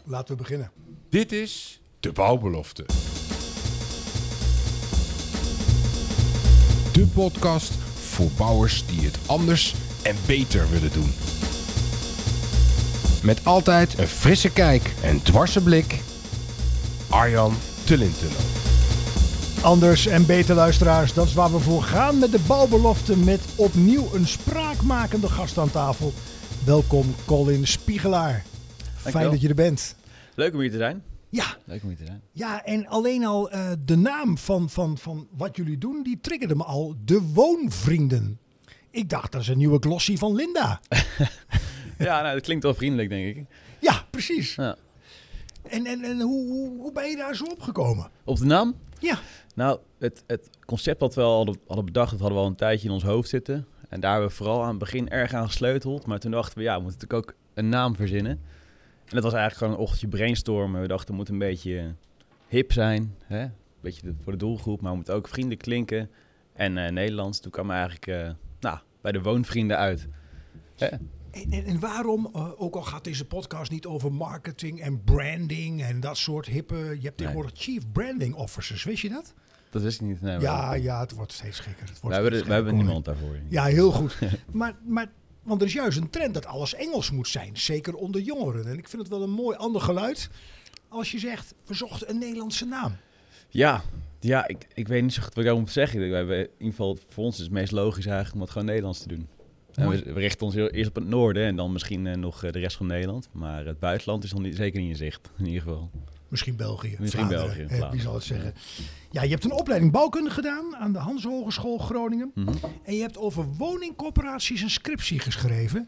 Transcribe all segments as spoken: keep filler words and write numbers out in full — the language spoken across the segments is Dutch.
Laten we beginnen. Dit is De Bouwbelofte. De podcast voor bouwers die het anders en beter willen doen. Met altijd een frisse kijk en dwarse blik. Arjan Tullintunnel. Anders en beter luisteraars, dat is waar we voor gaan met De Bouwbelofte. Met opnieuw een spraakmakende gast aan tafel. Welkom Colin Spiegelaar. Fijn dat je er bent. Leuk om hier te zijn. Ja, Leuk om hier te zijn. ja en alleen al uh, de naam van, van, van wat jullie doen, die triggerde me al. De Woonvrienden. Ik dacht, dat is een nieuwe glossy van Linda. Ja, nou, dat klinkt wel vriendelijk, denk ik. Ja, precies. Ja. En, en, en hoe, hoe, hoe ben je daar zo opgekomen? Op de naam? Ja. Nou, het, het concept dat we al hadden, hadden bedacht, dat hadden we al een tijdje in ons hoofd zitten. En daar hebben we vooral aan het begin erg aan gesleuteld. Maar toen dachten we, ja, we moeten natuurlijk ook een naam verzinnen. En dat was eigenlijk gewoon een ochtendje brainstormen. We dachten, het moet een beetje hip zijn. Hè? Een beetje de, voor de doelgroep, maar we moeten ook vriendelijk klinken. En uh, Nederlands. Toen kwam we eigenlijk uh, nou, bij de Woonvrienden uit. Hè? En, en, en waarom, uh, ook al gaat deze podcast niet over marketing en branding en dat soort hippe... Je hebt tegenwoordig nee. Chief Branding Officers, wist je dat? Dat wist ik niet. Nee, ja, ja, het wordt steeds gekker. Het wordt we hebben, steeds we hebben gekker. niemand daarvoor. Ja, heel goed. maar, maar, want er is juist een trend dat alles Engels moet zijn. Zeker onder jongeren. En ik vind het wel een mooi ander geluid als je zegt, we zochten een Nederlandse naam. Ja, ja ik, ik weet niet zo goed wat ik daarom moet zeggen. We hebben in ieder geval, voor ons is het meest logisch eigenlijk om het gewoon Nederlands te doen. En we, we richten ons eerst op het noorden en dan misschien uh, nog uh, de rest van Nederland. Maar het buitenland is nog niet, zeker niet in zicht, in ieder geval. Misschien België, Misschien Vlaanderen, België, eh, wie zal het zeggen. Ja, je hebt een opleiding bouwkunde gedaan aan de Hans Hogeschool Groningen. Mm-hmm. En je hebt over woningcorporaties een scriptie geschreven.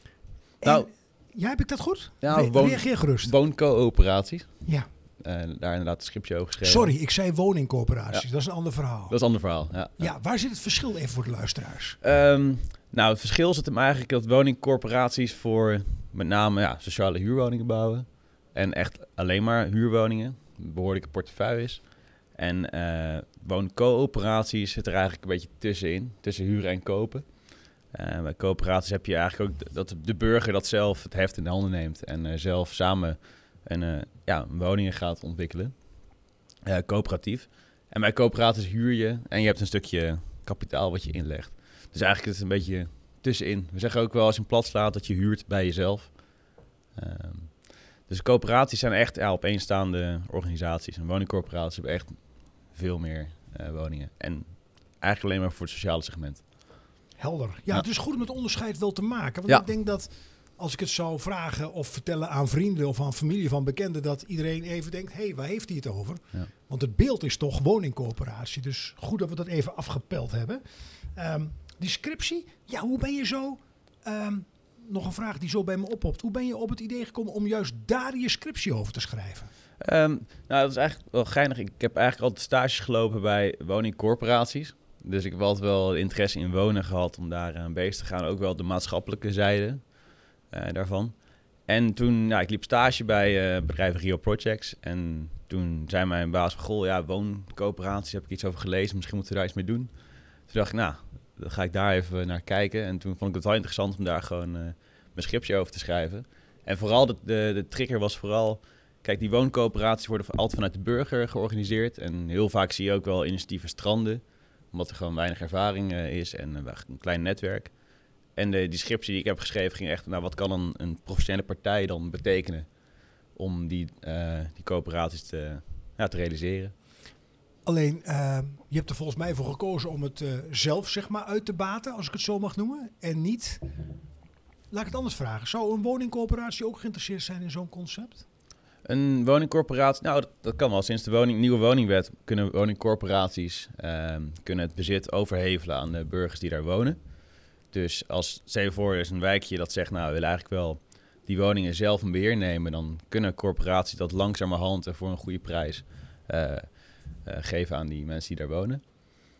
En, nou, ja, heb ik dat goed? Ja, Re- woon, reageer gerust. Wooncoöperaties. Ja. Uh, daar inderdaad een scriptje over geschreven. Sorry, ik zei woningcorporaties. Ja. Dat is een ander verhaal. Dat is een ander verhaal, ja. Ja, ja, waar zit het verschil even voor de luisteraars? Um, nou, het verschil zit hem eigenlijk dat woningcorporaties voor met name ja, sociale huurwoningen bouwen. En echt alleen maar huurwoningen, behoorlijke portefeuilles. En uh, wooncoöperaties zit er eigenlijk een beetje tussenin, tussen huren en kopen. Uh, bij coöperaties heb je eigenlijk ook dat de burger dat zelf het heft in de handen neemt en uh, zelf samen een, uh, ja, woningen gaat ontwikkelen, uh, coöperatief. En bij coöperaties huur je en je hebt een stukje kapitaal wat je inlegt. Dus eigenlijk is het een beetje tussenin. We zeggen ook wel als je een plat slaat dat je huurt bij jezelf. Um, dus coöperaties zijn echt ja, opeenstaande organisaties. En woningcorporaties hebben echt veel meer uh, woningen. En eigenlijk alleen maar voor het sociale segment. Helder. Ja, ja. Het is goed om het onderscheid wel te maken. Want ja. ik denk dat als ik het zou vragen of vertellen aan vrienden of aan familie van bekenden, dat iedereen even denkt, hé, hey, waar heeft hij het over? Ja. Want het beeld is toch woningcorporatie. Dus goed dat we dat even afgepeld hebben. Um, die scriptie, ja, hoe ben je zo... Um, nog een vraag die zo bij me oppopt. Hoe ben je op het idee gekomen om juist daar je scriptie over te schrijven? Um, nou, dat is eigenlijk wel geinig. Ik heb eigenlijk altijd stages gelopen bij woningcorporaties. Dus ik heb altijd wel interesse in wonen gehad om daar aan bezig te gaan. Ook wel de maatschappelijke zijde uh, daarvan. En toen, nou, ik liep stage bij uh, bedrijf Rio Projects. En toen zei mijn baas van, goh, ja, wooncoöperaties, heb ik iets over gelezen. Misschien moeten we daar iets mee doen. Toen dacht ik, nou, dan ga ik daar even naar kijken. En toen vond ik het wel interessant om daar gewoon uh, mijn scriptie over te schrijven. En vooral de, de, de trigger was vooral... Kijk, die wooncoöperaties worden altijd vanuit de burger georganiseerd. En heel vaak zie je ook wel initiatieven stranden. Omdat er gewoon weinig ervaring uh, is en uh, een klein netwerk. En de, die scriptie die ik heb geschreven ging echt... Nou, wat kan een, een professionele partij dan betekenen... om die, uh, die coöperaties te, ja, te realiseren? Alleen, uh, je hebt er volgens mij voor gekozen om het uh, zelf zeg maar uit te baten, als ik het zo mag noemen. En niet, laat ik het anders vragen, zou een woningcorporatie ook geïnteresseerd zijn in zo'n concept? Een woningcorporatie, nou dat, dat kan wel. Sinds de woning, nieuwe woningwet kunnen woningcorporaties uh, kunnen het bezit overhevelen aan de burgers die daar wonen. Dus als, stel je voor, er is een wijkje dat zegt, nou we willen eigenlijk wel die woningen zelf in beheer nemen. Dan kunnen corporaties dat langzamerhand en voor een goede prijs uh, Uh, geven aan die mensen die daar wonen.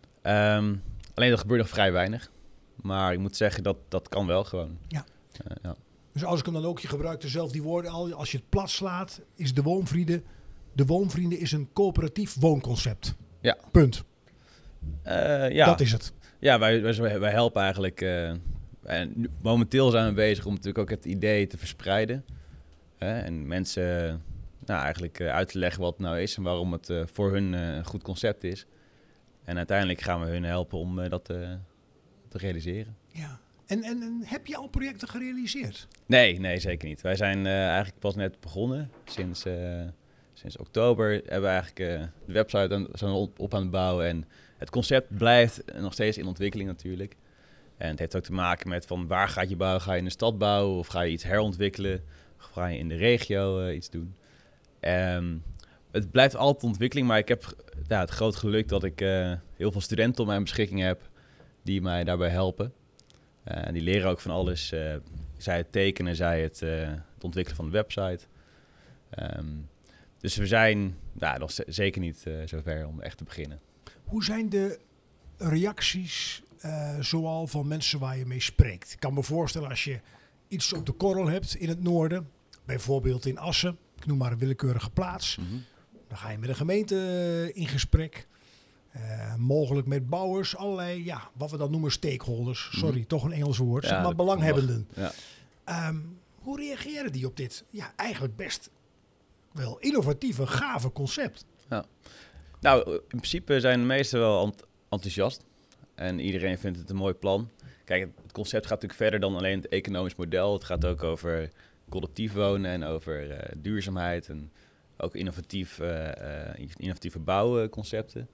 Um, alleen dat gebeurt nog vrij weinig. Maar ik moet zeggen, dat, dat kan wel gewoon. Ja. Uh, ja. Dus als ik hem dan ook, je gebruikt dezelfde woorden al. Als je het plat slaat, is de woonvrienden... De woonvrienden is een coöperatief woonconcept. Ja. Punt. Uh, ja. Dat is het. Ja, wij, wij, wij helpen eigenlijk... Uh, en nu, momenteel zijn we bezig om natuurlijk ook het idee te verspreiden. Hè? En mensen nou, eigenlijk uh, uit te leggen wat het nou is en waarom het uh, voor hun uh, een goed concept is. En uiteindelijk gaan we hun helpen om uh, dat uh, te realiseren. Ja. En, en, en heb je al projecten gerealiseerd? Nee, nee, zeker niet. Wij zijn uh, eigenlijk pas net begonnen. Sinds, uh, sinds oktober hebben we eigenlijk uh, de website aan, zijn op, op aan het bouwen. En het concept blijft nog steeds in ontwikkeling natuurlijk. En het heeft ook te maken met van waar ga je bouwen? Ga je in de stad bouwen of ga je iets herontwikkelen? Of ga je in de regio uh, iets doen? Um, het blijft altijd ontwikkeling, maar ik heb ja, het groot geluk dat ik uh, heel veel studenten op mijn beschikking heb die mij daarbij helpen. Uh, en die leren ook van alles. Uh, zij het tekenen, zij het, uh, het ontwikkelen van de website. Um, dus we zijn ja, nog z- zeker niet uh, zover om echt te beginnen. Hoe zijn de reacties uh, zoal van mensen waar je mee spreekt? Ik kan me voorstellen als je iets op de korrel hebt in het noorden, bijvoorbeeld in Assen, ik noem maar een willekeurige plaats. Mm-hmm. Dan ga je met de gemeente uh, in gesprek. Uh, mogelijk met bouwers, allerlei, ja, wat we dan noemen stakeholders. Sorry, mm-hmm. toch een Engels woord. Ja, zeg maar belanghebbenden. Ja. Um, hoe reageren die op dit, ja, eigenlijk best wel innovatieve, gave concept? Ja. Nou, in principe zijn de meesten wel ent- enthousiast. En iedereen vindt het een mooi plan. Kijk, het concept gaat natuurlijk verder dan alleen het economisch model. Het gaat ook over collectief wonen en over uh, duurzaamheid en ook innovatief, uh, uh, innovatieve bouwconcepten.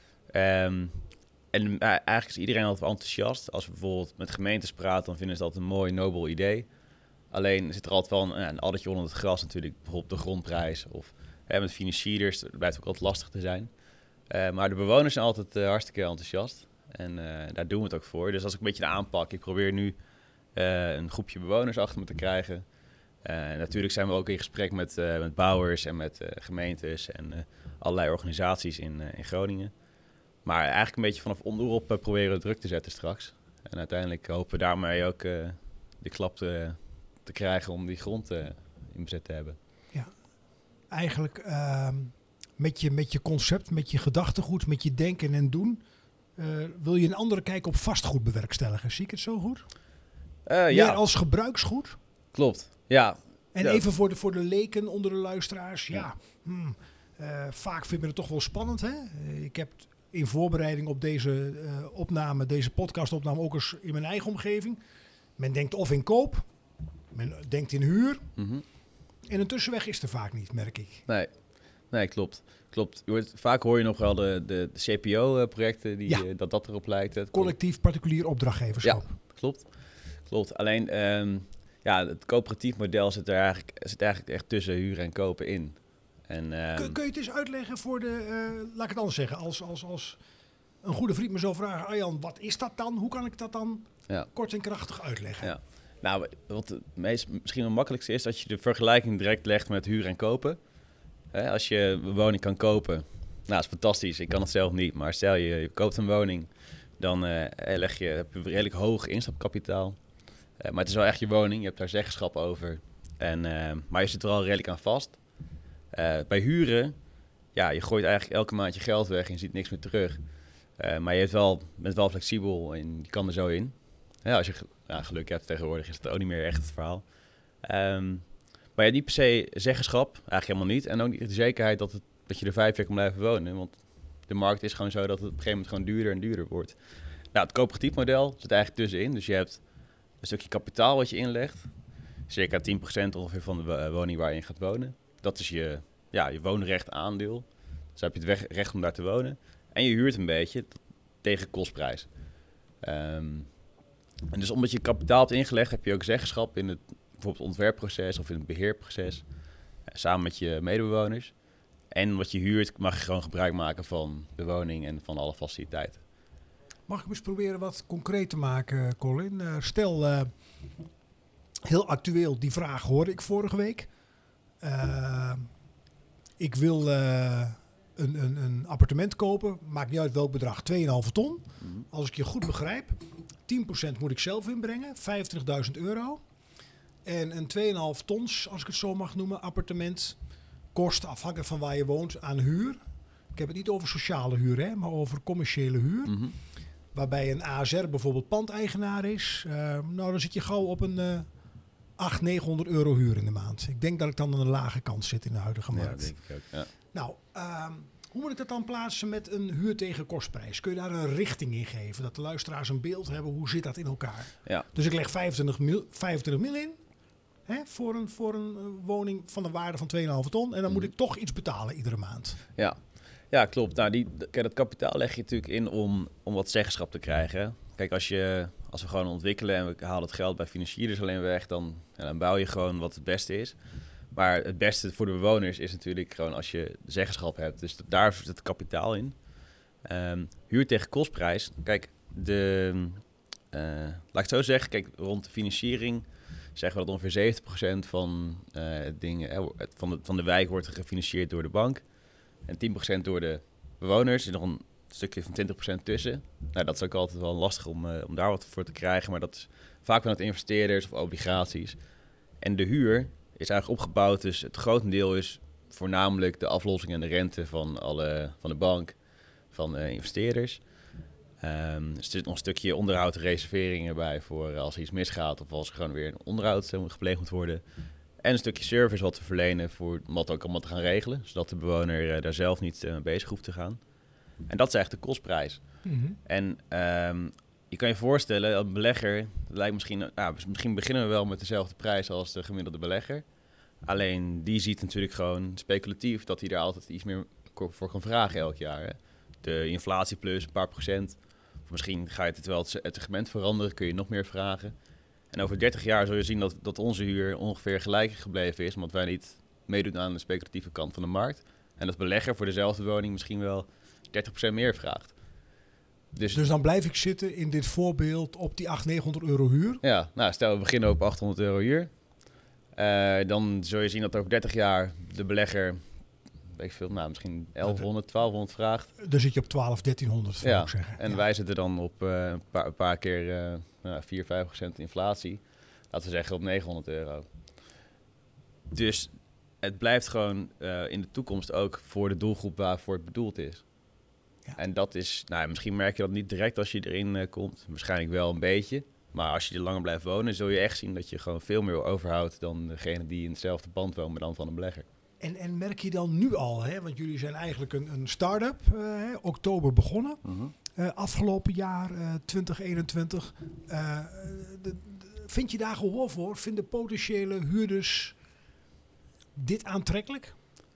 Um, en uh, eigenlijk is iedereen altijd enthousiast. Als we bijvoorbeeld met gemeentes praten, dan vinden ze dat een mooi, nobel idee. Alleen zit er altijd wel een, een addertje onder het gras natuurlijk. Bijvoorbeeld de grondprijs of uh, met financierders. Dat blijft ook altijd lastig te zijn. Uh, maar de bewoners zijn altijd uh, hartstikke enthousiast. En uh, daar doen we het ook voor. Dus als ik een beetje de aanpak, ik probeer nu uh, een groepje bewoners achter me te krijgen. Uh, natuurlijk zijn we ook in gesprek met, uh, met bouwers en met uh, gemeentes en uh, allerlei organisaties in, uh, in Groningen. Maar eigenlijk een beetje vanaf onderop uh, proberen we druk te zetten straks. En uiteindelijk hopen we daarmee ook uh, de klap te, te krijgen om die grond uh, in bezet te hebben. Ja, eigenlijk uh, met, je, met je concept, met je gedachtegoed, met je denken en doen, uh, wil je een andere kijk op vastgoed bewerkstelligen. Zie ik het zo goed? Uh, Meer ja. als gebruiksgoed? Klopt, ja. En ja. even voor de, voor de leken onder de luisteraars. Ja, ja. Hmm, uh, vaak vinden we het toch wel spannend. Hè? Uh, ik heb in voorbereiding op deze uh, opname, deze podcastopname, ook eens in mijn eigen omgeving. Men denkt of in koop, men denkt in huur. Mm-hmm. En een tussenweg is er vaak niet, merk ik. Nee, nee klopt. klopt. Je hoort, vaak hoor je nog wel de, de, de C P O-projecten, die, ja. uh, dat dat erop lijkt. Het collectief particulier opdrachtgeverschap. Ja, klopt. klopt. Alleen, um, ja, het coöperatief model zit er eigenlijk, zit eigenlijk echt tussen huren en kopen in. En, um, kun, kun je het eens uitleggen voor de, uh, laat ik het anders zeggen, als, als, als een goede vriend me zou vragen, Arjan, wat is dat dan? Hoe kan ik dat dan ja. kort en krachtig uitleggen? Ja. Nou, wat het meest, misschien het makkelijkste is, dat je de vergelijking direct legt met huren en kopen. Hè, als je een woning kan kopen, nou, dat is fantastisch. Ik kan het zelf niet, maar stel je, je koopt een woning, dan uh, leg je, heb je redelijk hoog instapkapitaal. Uh, maar het is wel echt je woning, je hebt daar zeggenschap over. En, uh, maar je zit er al redelijk aan vast. Uh, bij huren, ja, je gooit eigenlijk elke maand je geld weg en je ziet niks meer terug. Uh, maar je hebt wel, bent wel flexibel en je kan er zo in. Ja, als je ja, geluk hebt tegenwoordig is het ook niet meer echt het verhaal. Um, maar ja, niet per se zeggenschap, eigenlijk helemaal niet. En ook niet de zekerheid dat, het, dat je er vijf jaar kan blijven wonen. Want de markt is gewoon zo dat het op een gegeven moment gewoon duurder en duurder wordt. Nou, het coöperatief model zit eigenlijk tussenin. Dus je hebt een stukje kapitaal wat je inlegt. Circa tien procent ongeveer van de woning waar je in gaat wonen. Dat is je, ja, je woonrecht aandeel. Dus dan heb je het recht om daar te wonen. En je huurt een beetje tegen kostprijs. Um, en dus omdat je kapitaal hebt ingelegd, heb je ook zeggenschap in het bijvoorbeeld ontwerpproces of in het beheerproces. Uh, samen met je medebewoners. En wat je huurt mag je gewoon gebruik maken van de woning en van alle faciliteiten. Mag ik eens proberen wat concreet te maken, Colin? Uh, stel, uh, heel actueel, die vraag hoorde ik vorige week. Uh, ik wil uh, een, een, een appartement kopen, maakt niet uit welk bedrag, twee komma vijf ton. Mm-hmm. Als ik je goed begrijp, tien procent moet ik zelf inbrengen, vijftigduizend euro. En een twee komma vijf tons, als ik het zo mag noemen, appartement kost afhankelijk van waar je woont aan huur. Ik heb het niet over sociale huur, hè, maar over commerciële huur. Mm-hmm. Waarbij een A S R bijvoorbeeld pandeigenaar is. Uh, nou, dan zit je gauw op een uh, achthonderd, negenhonderd euro huur in de maand. Ik denk dat ik dan aan een lage kant zit in de huidige Ja, markt. denk ik ook. Ja. Nou, um, hoe moet ik dat dan plaatsen met een huur tegen kostprijs? Kun je daar een richting in geven? Dat de luisteraars een beeld hebben, hoe zit dat in elkaar? Ja. Dus ik leg vijfentwintig mil, vijfentwintig mil in hè, voor, een, voor een uh, woning van een waarde van twee komma vijf ton. En dan moet ik toch iets betalen iedere maand. Ja, ja klopt. Nou, die, kijk, dat kapitaal leg je natuurlijk in om, om wat zeggenschap te krijgen. Hè? Kijk, als, je, als we gewoon ontwikkelen en we halen het geld bij financierders alleen weg, dan, ja, dan bouw je gewoon wat het beste is. Maar het beste voor de bewoners is natuurlijk gewoon als je zeggenschap hebt. Dus daar zit het kapitaal in. Um, huur tegen kostprijs. Kijk, de, uh, laat ik het zo zeggen. Kijk, rond de financiering zeggen we dat ongeveer zeventig procent van, uh, dingen, eh, van, de, van de wijk wordt gefinancierd door de bank. En tien procent door de bewoners. Er is nog een stukje van twintig procent tussen. Nou, dat is ook altijd wel lastig om, uh, om daar wat voor te krijgen. Maar dat is vaak vanuit investeerders of obligaties. En de huur is eigenlijk opgebouwd. Dus het grotendeel is voornamelijk de aflossing en de rente van, alle, van de bank, van uh, investeerders. Um, dus er zit nog een stukje onderhoud en reserveringen bij voor als er iets misgaat of als er gewoon weer een onderhoud gepleegd moet worden. En een stukje service wat te verlenen voor om dat ook allemaal te gaan regelen, zodat de bewoner uh, daar zelf niet uh, bezig hoeft te gaan. En dat is eigenlijk de kostprijs. Mm-hmm. En um, je kan je voorstellen, dat een belegger, dat lijkt misschien, nou, misschien beginnen we wel met dezelfde prijs als de gemiddelde belegger. Alleen die ziet natuurlijk gewoon speculatief dat hij daar altijd iets meer voor kan vragen elk jaar. Hè. De inflatie plus een paar procent. Of misschien ga je het wel het segment veranderen, kun je nog meer vragen. En over dertig jaar zul je zien dat, dat onze huur ongeveer gelijk gebleven is, omdat wij niet meedoen aan de speculatieve kant van de markt. En dat belegger voor dezelfde woning misschien wel dertig procent meer vraagt. Dus, dus dan blijf ik zitten in dit voorbeeld op die achthonderd, negenhonderd euro huur? Ja, nou stel we beginnen op achthonderd euro huur. Uh, dan zul je zien dat over dertig jaar de belegger, weet ik veel, nou, misschien elfhonderd, twaalfhonderd vraagt. Dan zit je op twaalf, dertienhonderd, zou ja, ik zeggen. En ja. wij zitten dan op uh, een, paar, een paar keer uh, nou, vier, vijf procent inflatie. Laten we zeggen op negenhonderd euro. Dus het blijft gewoon uh, in de toekomst ook voor de doelgroep waarvoor het bedoeld is. Ja. En dat is, nou, misschien merk je dat niet direct als je erin uh, komt. Waarschijnlijk wel een beetje. Maar als je er langer blijft wonen, zul je echt zien dat je gewoon veel meer overhoudt dan degene die in hetzelfde pand woont, maar dan van een belegger. En, en merk je dan nu al, hè, want jullie zijn eigenlijk een, een start-up, uh, oktober begonnen, uh-huh. uh, afgelopen jaar uh, twintig eenentwintig. Uh, de, de, vind je daar gehoor voor? Vinden potentiële huurders dit aantrekkelijk?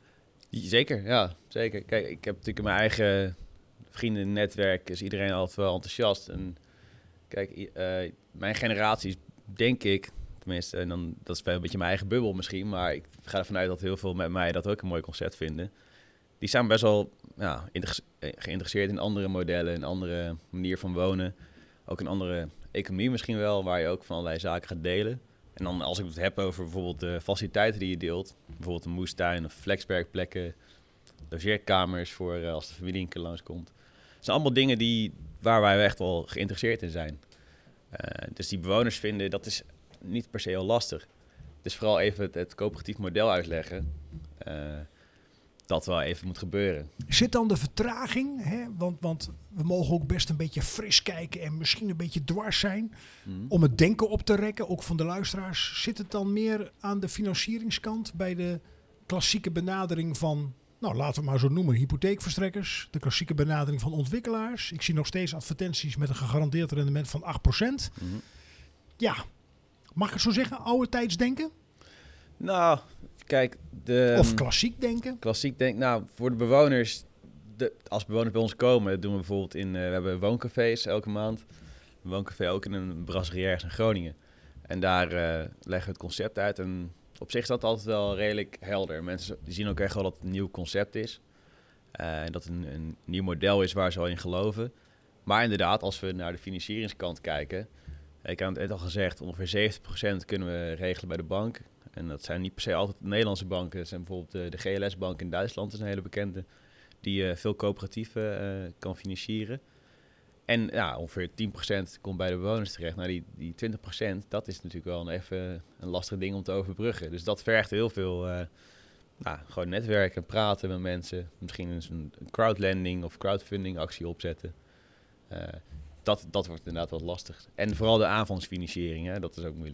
Zeker, ja, zeker. Kijk, ik heb natuurlijk in mijn eigen vriendennetwerk is iedereen altijd wel enthousiast. En kijk, uh, mijn generatie, denk ik, tenminste, en dan, dat is wel een beetje mijn eigen bubbel misschien, maar ik ga ervan uit dat heel veel met mij dat ook een mooi concept vinden. Die zijn best wel ja, geïnteresseerd in andere modellen, een andere manier van wonen. Ook een andere economie misschien wel, waar je ook van allerlei zaken gaat delen. En dan als ik het heb over bijvoorbeeld de faciliteiten die je deelt, bijvoorbeeld een moestuin of flexwerkplekken, logeerkamers voor uh, als de familie een keer langskomt. Het zijn allemaal dingen die, waar wij echt wel geïnteresseerd in zijn. Uh, dus die bewoners vinden, dat is niet per se heel lastig. Dus vooral even het, het coöperatief model uitleggen. Uh, dat wel even moet gebeuren. Zit dan de vertraging? Hè? Want, want we mogen ook best een beetje fris kijken en misschien een beetje dwars zijn. Mm. Om het denken op te rekken, ook van de luisteraars. Zit het dan meer aan de financieringskant bij de klassieke benadering van, nou laten we maar zo noemen, hypotheekverstrekkers. De klassieke benadering van ontwikkelaars. Ik zie nog steeds advertenties met een gegarandeerd rendement van acht procent. Mm. Ja, mag ik het zo zeggen? Oude tijdsdenken? Nou, kijk, de... Of klassiek denken? Klassiek denken. Nou, voor de bewoners, de, als bewoners bij ons komen, dat doen we bijvoorbeeld in, uh, we hebben wooncafés elke maand. Een wooncafé ook in een brasserie ergens in Groningen. En daar uh, leggen we het concept uit. En op zich is dat altijd wel redelijk helder. Mensen die zien ook echt wel dat het een nieuw concept is. En uh, dat het een, een nieuw model is waar ze al in geloven. Maar inderdaad, als we naar de financieringskant kijken, ik heb het net al gezegd, ongeveer zeventig procent kunnen we regelen bij de bank. En dat zijn niet per se altijd de Nederlandse banken. Dat zijn bijvoorbeeld de, de G L S-bank in Duitsland, is een hele bekende, die uh, veel coöperatieven uh, kan financieren. En ja, ongeveer tien procent komt bij de bewoners terecht. Nou, die, die twintig procent, dat is natuurlijk wel een even een lastig ding om te overbruggen. Dus dat vergt heel veel uh, nou, gewoon netwerken, praten met mensen. Misschien eens een crowdlending of crowdfunding actie opzetten. Uh, dat, dat wordt inderdaad wat lastig. En vooral de aanvangsfinanciering, hè, dat is ook moeilijk.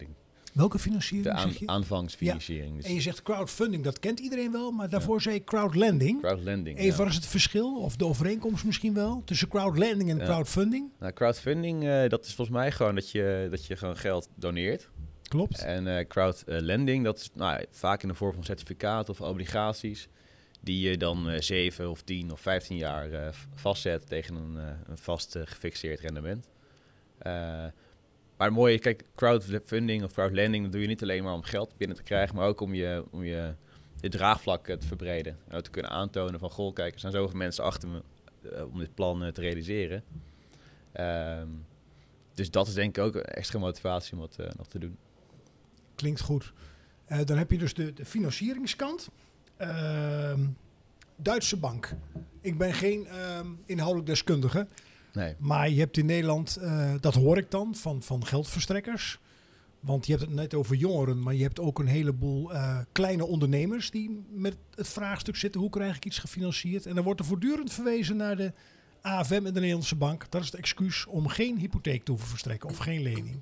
Welke financiering De aan, zeg je? aanvangsfinanciering. En Dus je zegt crowdfunding, dat kent iedereen wel, maar daarvoor zei je crowdlending. crowdlending. Even, ja. wat is het verschil, of de overeenkomst misschien wel, tussen crowdlending en Ja. crowdfunding? Nou, crowdfunding, uh, dat is volgens mij gewoon dat je, dat je gewoon geld doneert. Klopt. En uh, crowdlending, dat is nou, vaak in de vorm van certificaten of obligaties. Die je dan uh, zeven of tien of vijftien jaar uh, vastzet tegen een, uh, een vast uh, gefixeerd rendement. Uh, maar mooi, kijk, crowdfunding of crowdlending, dat doe je niet alleen maar om geld binnen te krijgen, maar ook om je, om je, je draagvlak uh, te verbreden. En ook te kunnen aantonen van, goh, kijk, er zijn zoveel mensen achter me uh, om dit plan uh, te realiseren. Um, dus dat is denk ik ook een extra motivatie om wat uh, nog te doen. Klinkt goed. Uh, dan heb je dus de, de financieringskant. Uh, Duitse bank. Ik ben geen uh, inhoudelijk deskundige. Nee. Maar je hebt in Nederland, uh, dat hoor ik dan, van, van geldverstrekkers. Want je hebt het net over jongeren, maar je hebt ook een heleboel uh, kleine ondernemers die met het vraagstuk zitten, hoe krijg ik iets gefinancierd? En dan wordt er voortdurend verwezen naar de A F M en de Nederlandse bank. Dat is het excuus om geen hypotheek te hoeven verstrekken of geen lening.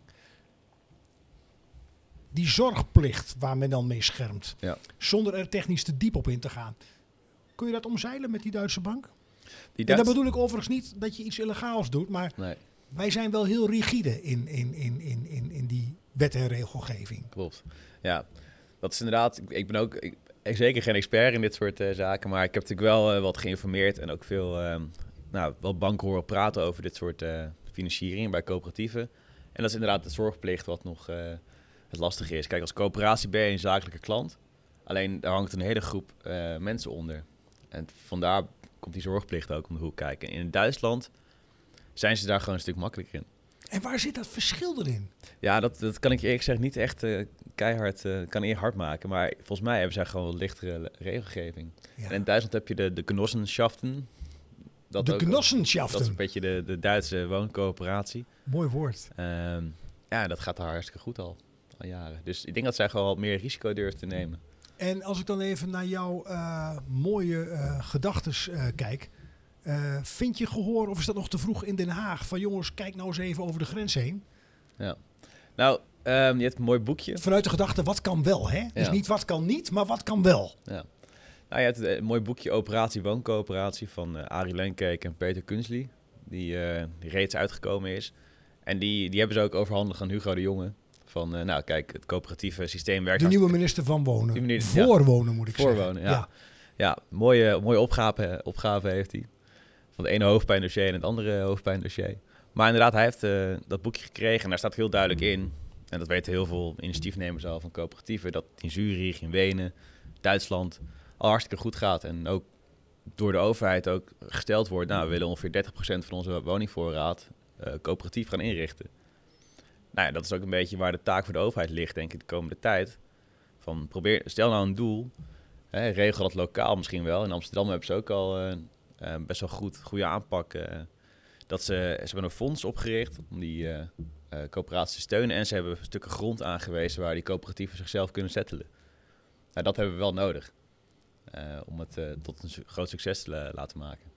Die zorgplicht waar men dan mee schermt, Ja. zonder er technisch te diep op in te gaan. Kun je dat omzeilen met die Duitse bank? Die En Duits... dat bedoel ik overigens niet dat je iets illegaals doet, maar Nee, wij zijn wel heel rigide in, in, in, in, in, in die wet en regelgeving. klopt. Ja, dat is inderdaad... Ik, ik ben ook ik, ik zeker geen expert in dit soort uh, zaken, maar ik heb natuurlijk wel uh, wat geïnformeerd en ook veel, uh, nou, wel banken horen praten over dit soort uh, financiering bij coöperatieven. En dat is inderdaad de zorgplicht wat nog uh, het lastige is. Kijk, als coöperatie ben je een zakelijke klant, alleen daar hangt een hele groep uh, mensen onder. En vandaar komt die zorgplicht ook om de hoek kijken. En in Duitsland zijn ze daar gewoon een stuk makkelijker in. En waar zit dat verschil erin? Ja, dat, dat kan ik je eerlijk gezegd niet echt uh, keihard, uh, kan eer hard maken. Maar volgens mij hebben zij gewoon wat lichtere regelgeving. Ja. En in Duitsland heb je de, de Genossenschaften. Dat de ook, Genossenschaften. Dat is een beetje de, de Duitse wooncoöperatie. Mooi woord. Um, ja, dat gaat daar hartstikke goed al, al jaren. Dus ik denk dat zij gewoon wat meer risico durven te nemen. En als ik dan even naar jouw uh, mooie uh, gedachtes uh, kijk. Uh, vind je gehoor, of is dat nog te vroeg in Den Haag? Van jongens, kijk nou eens even over de grens heen. Ja. Nou, um, je hebt een mooi boekje. Vanuit de gedachte, wat kan wel, hè? Ja. Dus niet wat kan niet, maar wat kan wel. Ja. Nou, je hebt een mooi boekje Operatie Wooncoöperatie van uh, Arie Lenkeek en Peter Kunzli. Die, uh, die reeds uitgekomen is. En die, die hebben ze ook overhandigd aan Hugo de Jonge. Van, uh, nou kijk, het coöperatieve systeem werkt... De nieuwe minister van Wonen. Minister, Voorwonen ja. moet ik Voorwonen, zeggen. Ja, ja. ja mooie, mooie opgave, opgave heeft hij. Van het ene hoofdpijndossier en het andere hoofdpijndossier. Maar inderdaad, hij heeft uh, dat boekje gekregen en daar staat heel duidelijk in. En dat weten heel veel initiatiefnemers al van coöperatieven. Dat in Zurich, in Wenen, Duitsland al hartstikke goed gaat. En ook door de overheid ook gesteld wordt. Nou, we willen ongeveer dertig procent van onze woningvoorraad uh, coöperatief gaan inrichten. Nou ja, dat is ook een beetje waar de taak voor de overheid ligt, denk ik, de komende tijd. Van probeer, stel nou een doel, hè, regel dat lokaal misschien wel. In Amsterdam hebben ze ook al uh, uh, best wel goed, goede aanpak. Uh, dat ze, ze hebben een fonds opgericht om die uh, uh, coöperaties te steunen. En ze hebben stukken grond aangewezen waar die coöperatieven zichzelf kunnen settelen. Nou, dat hebben we wel nodig uh, om het uh, tot een su- groot succes te uh, laten maken.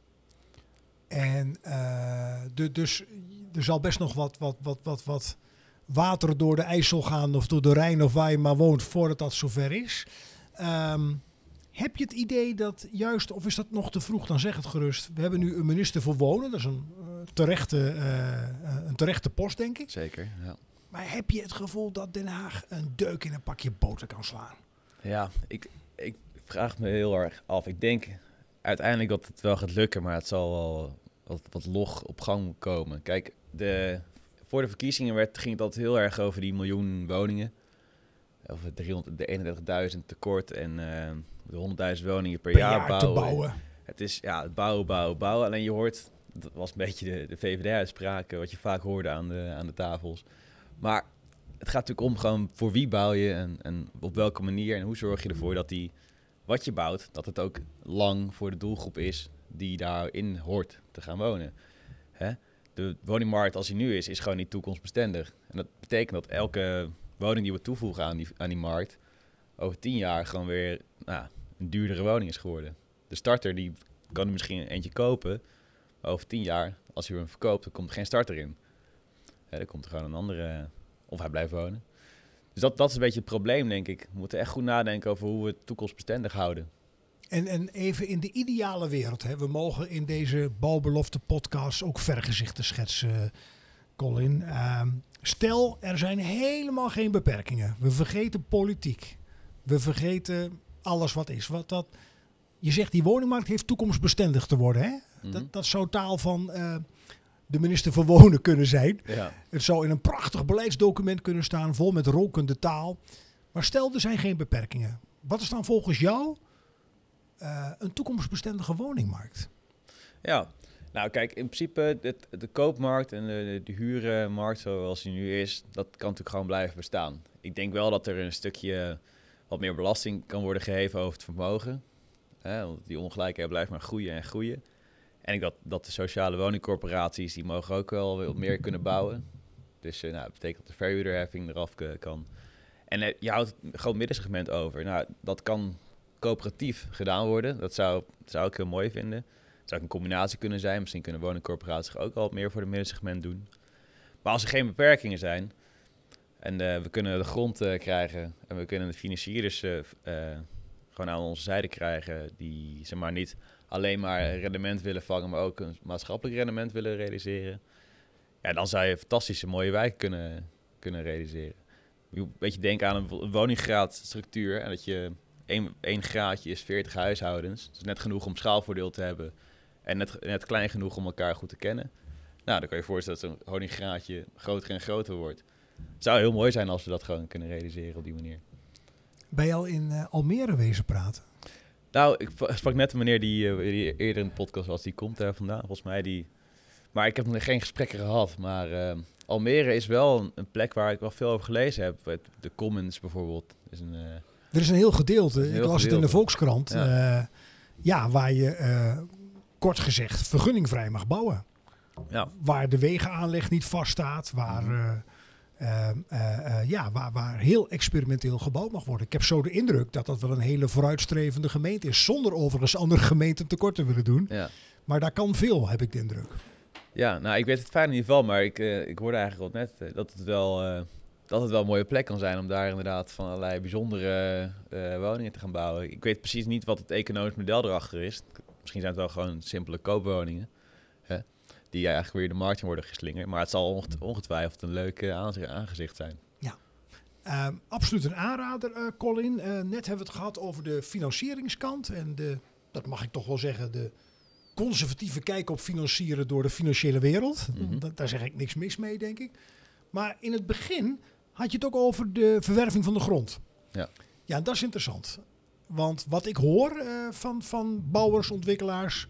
En uh, de, dus er zal best nog wat, wat, wat, wat, wat water door de IJssel gaan of door de Rijn of waar je maar woont voordat dat zover is. Um, heb je het idee dat juist, of is dat nog te vroeg, dan zeg het gerust. We hebben nu een minister voor Wonen, dat is een, uh, terechte, uh, een terechte post, denk ik. Zeker, ja. Maar heb je het gevoel dat Den Haag een deuk in een pakje boter kan slaan? Ja, ik, ik vraag me heel erg af. Ik denk uiteindelijk dat het wel gaat lukken, maar het zal wel wat, wat log op gang komen. Kijk, de, voor de verkiezingen werd, ging het altijd heel erg over die miljoen woningen. Over driehonderd, de eenendertigduizend tekort en uh, de honderdduizend woningen per, per jaar, jaar bouwen. te bouwen. Het is ja, het bouwen, bouwen, bouwen. Alleen je hoort, dat was een beetje de, de V V D-uitspraak, wat je vaak hoorde aan de, aan de tafels. Maar het gaat natuurlijk om gewoon voor wie bouw je en, en op welke manier en hoe zorg je ervoor dat die, wat je bouwt, dat het ook lang voor de doelgroep is die daarin hoort te gaan wonen. Hè? De woningmarkt als die nu is, is gewoon niet toekomstbestendig. En dat betekent dat elke woning die we toevoegen aan die, aan die markt, over tien jaar gewoon weer nou, een duurdere woning is geworden. De starter die kan er misschien eentje kopen, maar over tien jaar, als hij hem verkoopt, dan komt er geen starter in. Hè, dan komt er gewoon een andere, of hij blijft wonen. Dus dat, dat is een beetje het probleem, denk ik. We moeten echt goed nadenken over hoe we het toekomstbestendig houden. En, en even in de ideale wereld. Hè. We mogen in deze bouwbelofte podcast ook vergezichten schetsen, Colin. Uh, stel, er zijn helemaal geen beperkingen. We vergeten politiek. We vergeten alles wat is. Wat dat, je zegt die woningmarkt heeft toekomstbestendig te worden. Hè? Mm-hmm. Dat, dat zou taal van uh, de minister van Wonen kunnen zijn. Ja. Het zou in een prachtig beleidsdocument kunnen staan, vol met rokende taal. Maar stel, er zijn geen beperkingen. Wat is dan volgens jou uh, een toekomstbestendige woningmarkt? Ja, nou kijk, in principe de, de koopmarkt en de, de huurmarkt zoals die nu is, dat kan natuurlijk gewoon blijven bestaan. Ik denk wel dat er een stukje wat meer belasting kan worden geheven over het vermogen. Hè, want die ongelijkheid blijft maar groeien en groeien. En ik dat, dat de sociale woningcorporaties, die mogen ook wel wat meer kunnen bouwen. Dus uh, nou, dat betekent dat de verhuurderheffing eraf k- kan. En uh, je houdt het groot middensegment over. Nou, dat kan coöperatief gedaan worden. Dat zou, dat zou ik heel mooi vinden. Het zou ook een combinatie kunnen zijn. Misschien kunnen woningcorporaties ook al wat meer voor het middensegment doen. Maar als er geen beperkingen zijn en uh, we kunnen de grond uh, krijgen en we kunnen de financierders uh, uh, gewoon aan onze zijde krijgen die zeg maar niet alleen maar rendement willen vangen, maar ook een maatschappelijk rendement willen realiseren. Ja, dan zou je een fantastische mooie wijk kunnen, kunnen realiseren. Je moet een beetje denken aan een woninggraadstructuur en dat je één, één graadje is veertig huishoudens. Dat is net genoeg om schaalvoordeel te hebben en net, net klein genoeg om elkaar goed te kennen. Nou, dan kan je je voorstellen dat zo'n woninggraadje groter en groter wordt. Het zou heel mooi zijn als we dat gewoon kunnen realiseren op die manier. Ben je al in uh, Almere wezen praten? Nou, ik sprak net een meneer die, uh, die eerder in de podcast was, die komt daar vandaan, volgens mij. Die... Maar ik heb nog geen gesprekken gehad. Maar uh, Almere is wel een, een plek waar ik wel veel over gelezen heb. De Commons bijvoorbeeld. Is een, uh... Er is een heel gedeelte, een heel ik las gedeelte. Het in de Volkskrant, ja, uh, ja waar je uh, kort gezegd vergunningvrij mag bouwen. Ja. Waar de wegenaanleg niet vaststaat, waar... Uh, Uh, uh, uh, ja, waar, waar heel experimenteel gebouwd mag worden. Ik heb zo de indruk dat dat wel een hele vooruitstrevende gemeente is. Zonder overigens andere gemeenten tekort te willen doen. Ja. Maar daar kan veel, heb ik de indruk. Ja, nou ik weet het fijn in ieder geval. Maar ik, uh, ik hoorde eigenlijk al net uh, dat, het wel, uh, dat het wel een mooie plek kan zijn om daar inderdaad van allerlei bijzondere uh, woningen te gaan bouwen. Ik weet precies niet wat het economisch model erachter is. Misschien zijn het wel gewoon simpele koopwoningen. Hè? Die eigenlijk weer de markt in worden geslingerd. Maar het zal ongetwijfeld een leuk uh, aangezicht zijn. Ja, uh, absoluut een aanrader, uh, Colin. Uh, net hebben we het gehad over de financieringskant. En de, dat mag ik toch wel zeggen, de conservatieve kijk op financieren door de financiële wereld. Mm-hmm. Da- daar zeg ik niks mis mee, denk ik. Maar in het begin had je het ook over de verwerving van de grond. Ja, ja dat is interessant. Want wat ik hoor uh, van, van bouwers, ontwikkelaars...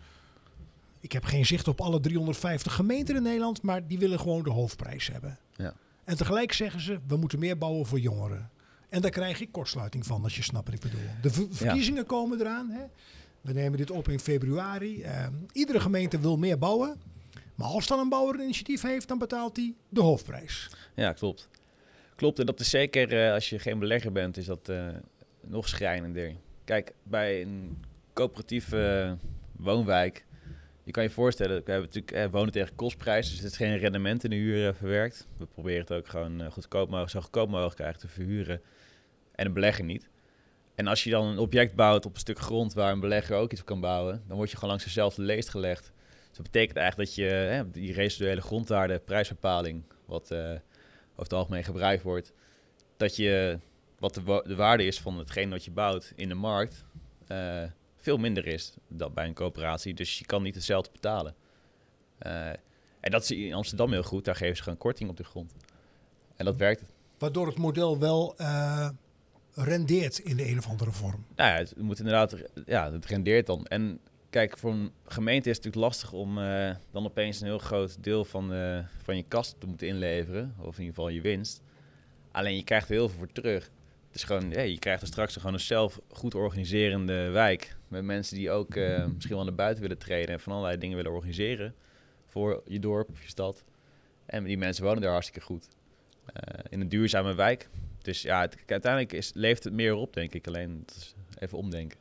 Ik heb geen zicht op alle driehonderdvijftig gemeenten in Nederland, maar die willen gewoon de hoofdprijs hebben. Ja. En tegelijk zeggen ze, we moeten meer bouwen voor jongeren. En daar krijg ik kortsluiting van, als je snapt wat ik bedoel. De v- verkiezingen ja. komen eraan. Hè? We nemen dit op in februari. Uh, iedere gemeente wil meer bouwen. Maar als dan een bouwer een initiatief heeft, dan betaalt hij de hoofdprijs. Ja, klopt. Klopt, en dat is zeker, uh, als je geen belegger bent, is dat uh, nog schrijnender. Kijk, bij een coöperatieve uh, woonwijk... Je kan je voorstellen, we hebben natuurlijk eh, wonen tegen kostprijs, dus het is geen rendement in de huur uh, verwerkt. We proberen het ook gewoon uh, goedkoop mogelijk, zo goedkoop mogelijk eigenlijk te verhuren en een belegger niet. En als je dan een object bouwt op een stuk grond waar een belegger ook iets op kan bouwen, dan word je gewoon langs dezelfde leest gelegd. Dus dat betekent eigenlijk dat je eh, die residuele grondwaarde, prijsbepaling, wat uh, over het algemeen gebruikt wordt, dat je wat de, wa- de waarde is van hetgeen wat je bouwt in de markt, uh, veel minder is dan bij een coöperatie. Dus je kan niet hetzelfde betalen. Uh, en dat is in Amsterdam heel goed. Daar geven ze gewoon korting op de grond. En dat werkt. Waardoor het model wel uh, rendeert in de een of andere vorm. Nou ja, het moet inderdaad... Ja, het rendeert dan. En kijk, voor een gemeente is het natuurlijk lastig om uh, dan opeens een heel groot deel van, uh, van je kast te moeten inleveren. Of in ieder geval je winst. Alleen je krijgt er heel veel voor terug. Het is gewoon, ja, je krijgt er straks gewoon een zelf goed organiserende wijk. Met mensen die ook uh, misschien wel naar buiten willen treden en van allerlei dingen willen organiseren. Voor je dorp of je stad. En die mensen wonen daar hartstikke goed. Uh, in een duurzame wijk. Dus ja, het, uiteindelijk is, leeft het meer op, denk ik. Alleen het is even omdenken.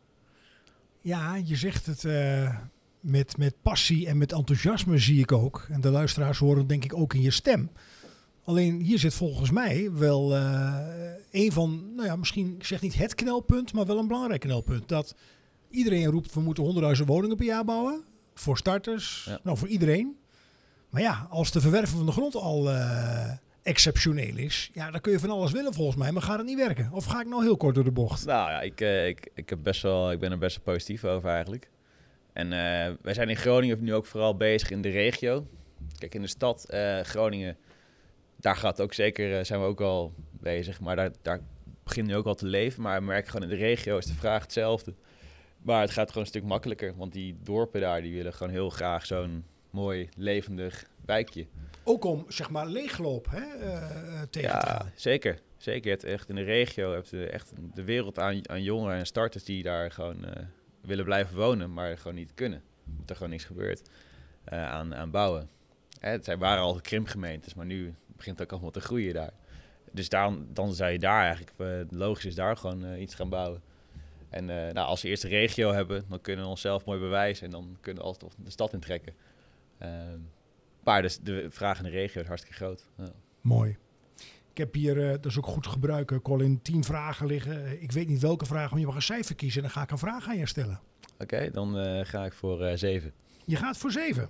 Ja, je zegt het uh, met, met passie en met enthousiasme zie ik ook. En de luisteraars horen denk ik ook in je stem. Alleen hier zit volgens mij wel uh, een van, nou ja, misschien, ik zeg niet het knelpunt, maar wel een belangrijk knelpunt. Dat iedereen roept, we moeten honderdduizend woningen per jaar bouwen. Voor starters, ja. nou voor iedereen. Maar ja, als de verwerving van de grond al uh, exceptioneel is, ja, dan kun je van alles willen volgens mij, maar gaat het niet werken? Of ga ik nou heel kort door de bocht? Nou ja, ik, uh, ik, ik, heb best wel, ik ben er best wel positief over eigenlijk. En uh, wij zijn in Groningen nu ook vooral bezig in de regio. Kijk, in de stad uh, Groningen, daar gaat ook zeker, uh, zijn we ook al bezig. Maar daar, daar begint nu ook al te leven. Maar we merken gewoon in de regio is de vraag hetzelfde. Maar het gaat gewoon een stuk makkelijker. Want die dorpen daar, die willen gewoon heel graag zo'n mooi, levendig wijkje. Ook om, zeg maar, leegloop hè, uh, tegen ja, te gaan. Zeker. Zeker. Het echt in de regio heb je echt de wereld aan, aan jongeren en starters die daar gewoon uh, willen blijven wonen, maar gewoon niet kunnen. Dat er gewoon niks gebeurt uh, aan, aan bouwen. Hè, het zijn, waren al krimpgemeentes, maar nu begint het ook allemaal te groeien daar. Dus daarom, dan zou je daar eigenlijk, uh, logisch is daar gewoon uh, iets gaan bouwen. En uh, nou, als we eerst de regio hebben, dan kunnen we onszelf mooi bewijzen en dan kunnen we altijd de stad intrekken. Uh, maar dus de vraag in de regio is hartstikke groot. Ja. Mooi. Ik heb hier, uh, dat is ook goed gebruiken, Colin, tien vragen liggen. Ik weet niet welke vraag, maar je mag een cijfer kiezen en dan ga ik een vraag aan je stellen. Oké, okay, dan uh, ga ik voor uh, zeven. Je gaat voor zeven.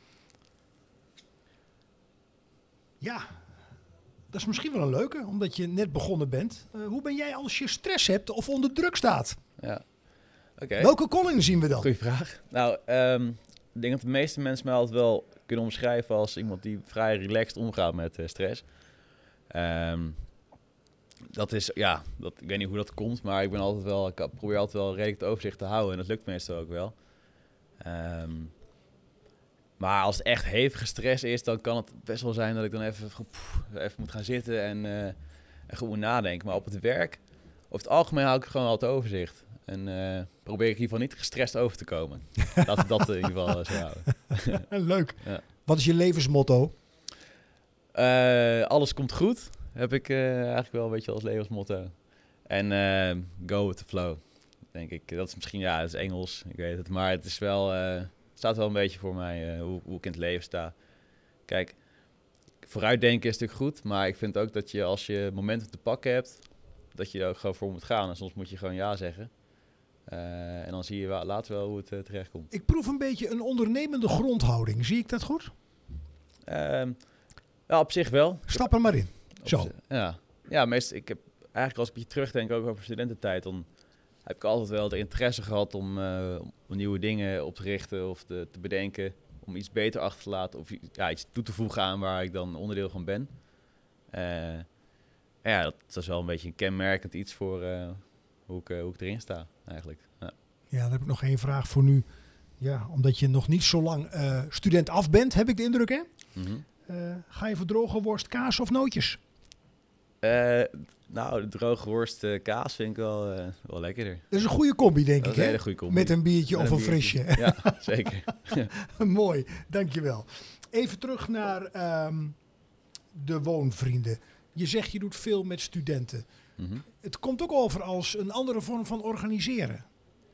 Ja, dat is misschien wel een leuke, omdat je net begonnen bent. Uh, hoe ben jij als je stress hebt of onder druk staat? Ja. Okay. Welke Colin zien we dan? Goeie vraag. Nou, um, ik denk dat de meeste mensen mij altijd wel kunnen omschrijven als iemand die vrij relaxed omgaat met uh, stress. Um, dat is, ja, dat, ik weet niet hoe dat komt, maar ik ben altijd wel, ik probeer altijd wel redelijk het overzicht te houden en dat lukt meestal ook wel. Um, maar als het echt hevige stress is, dan kan het best wel zijn dat ik dan even, pff, even moet gaan zitten en, uh, en goed moet nadenken. Maar op het werk, over het algemeen hou ik gewoon altijd overzicht. En uh, probeer ik in ieder geval niet gestrest over te komen. Dat dat in ieder geval uh, zo houden. Leuk. Ja. Wat is je levensmotto? Uh, alles komt goed. Heb ik uh, eigenlijk wel een beetje als levensmotto. En uh, go with the flow, denk ik. Dat is misschien, ja, dat is Engels, ik weet het. Maar het is wel, uh, het staat wel een beetje voor mij uh, hoe, hoe ik in het leven sta. Kijk, vooruitdenken is natuurlijk goed. Maar ik vind ook dat je als je momenten te pakken hebt, dat je er ook gewoon voor moet gaan. En soms moet je gewoon ja zeggen. Uh, en dan zie je wel, later wel hoe het uh, terecht komt. Ik proef een beetje een ondernemende grondhouding. Zie ik dat goed? Uh, ja, op zich wel. Stap er maar in. Zo. Op, ja, ja meestal, ik heb eigenlijk als ik je terugdenk ook over studententijd, dan heb ik altijd wel de interesse gehad om, uh, om nieuwe dingen op te richten of te, te bedenken. Om iets beter achter te laten of ja, iets toe te voegen aan waar ik dan onderdeel van ben. Uh, ja, dat, dat is wel een beetje een kenmerkend iets voor uh, hoe, ik, uh, hoe ik erin sta eigenlijk. Ja. Ja, dan heb ik nog één vraag voor nu. Ja, omdat je nog niet zo lang uh, student af bent, heb ik de indruk, hè? Mm-hmm. Uh, ga je voor droge worst, kaas of nootjes? Uh, nou, de droge worst uh, kaas vind ik wel, uh, wel lekkerder. Dat is een goede combi, denk dat ik, is een hè? hele goede combi. Met een biertje Met of een, een biertje. frisje. Ja, zeker. Mooi, dankjewel. Even terug naar um, de woonvrienden. Je zegt je doet veel met studenten. Mm-hmm. Het komt ook over als een andere vorm van organiseren.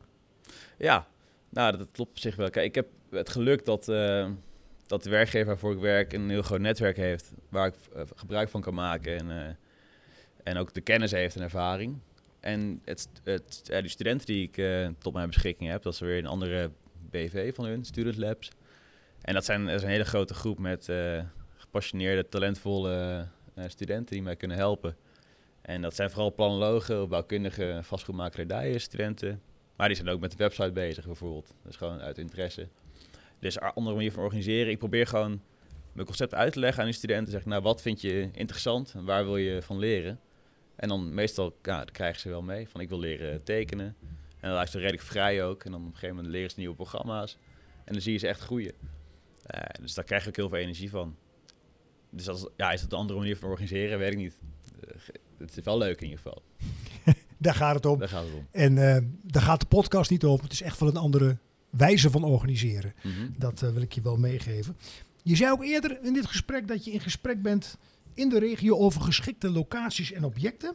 Ja, nou, dat klopt op zich wel. Kijk, ik heb het geluk dat, uh, dat de werkgever waarvoor ik werk een heel groot netwerk heeft waar ik uh, gebruik van kan maken en, uh, en ook de kennis heeft en ervaring. En het, het, uh, die studenten die ik uh, tot mijn beschikking heb, dat is weer een andere B V van hun, Student Labs. En dat, zijn, dat is een hele grote groep met uh, gepassioneerde, talentvolle uh, studenten die mij kunnen helpen. En dat zijn vooral planologen, bouwkundige, vastgoedmakelaardij studenten. Maar die zijn ook met de website bezig bijvoorbeeld. Dat is gewoon uit interesse. Dus een andere manier van organiseren. Ik probeer gewoon mijn concept uit te leggen aan die studenten. Zeg, nou, wat vind je interessant en waar wil je van leren? En dan meestal ja, dan krijgen ze wel mee van ik wil leren tekenen. En dan is het redelijk vrij ook. En dan op een gegeven moment leren ze nieuwe programma's. En dan zie je ze echt groeien. Uh, dus daar krijg je ook heel veel energie van. Dus als, ja, is het een andere manier van organiseren? Weet ik niet. Uh, het is wel leuk in ieder geval. Daar gaat het om. Daar gaat het om. En uh, daar gaat de podcast niet over. Het is echt wel een andere wijze van organiseren. Mm-hmm. Dat uh, wil ik je wel meegeven. Je zei ook eerder in dit gesprek dat je in gesprek bent in de regio over geschikte locaties en objecten.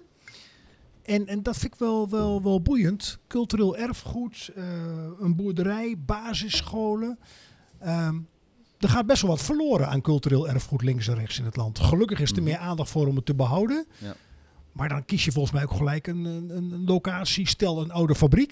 En, en dat vind ik wel, wel, wel boeiend. Cultureel erfgoed, uh, een boerderij, basisscholen. Um, er gaat best wel wat verloren aan cultureel erfgoed links en rechts in het land. Gelukkig is er meer aandacht voor om het te behouden. Ja. Maar dan kies je volgens mij ook gelijk een, een, een locatie. Stel een oude fabriek.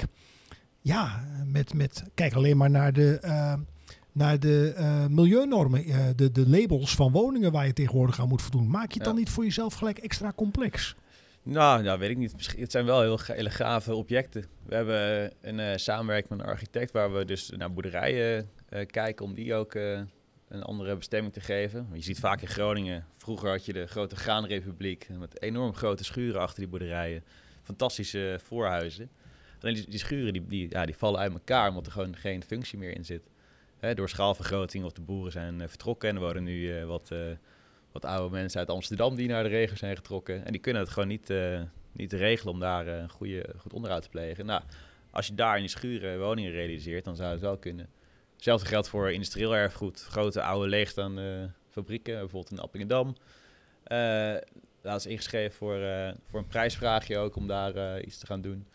Ja, met, met kijk alleen maar naar de, uh, naar de uh, milieunormen. Uh, de, de labels van woningen waar je tegenwoordig aan moet voldoen. Maak je het dan Ja. niet voor jezelf gelijk extra complex? Nou, nou, weet ik niet. Misschien- Het zijn wel heel ga- hele gave objecten. We hebben een uh, samenwerking met een architect waar we dus naar boerderijen uh, kijken om die ook uh, een andere bestemming te geven. Want je ziet vaak in Groningen, vroeger had je de grote graanrepubliek met enorm grote schuren achter die boerderijen. Fantastische voorhuizen. Alleen die, die schuren die, die, ja, die vallen uit elkaar omdat er gewoon geen functie meer in zit. Hè, door schaalvergroting of de boeren zijn uh, vertrokken en er wonen nu uh, wat... Uh, Wat oude mensen uit Amsterdam die naar de regio zijn getrokken. En die kunnen het gewoon niet, uh, niet regelen om daar uh, een goede, goed onderhoud te plegen. Nou, als je daar in die schuren woningen realiseert, dan zou het wel kunnen. Hetzelfde geldt voor industrieel erfgoed. Grote oude leegstaande fabrieken, bijvoorbeeld in Appingedam. Uh, dat is ingeschreven voor, uh, voor een prijsvraagje ook om daar uh, iets te gaan doen.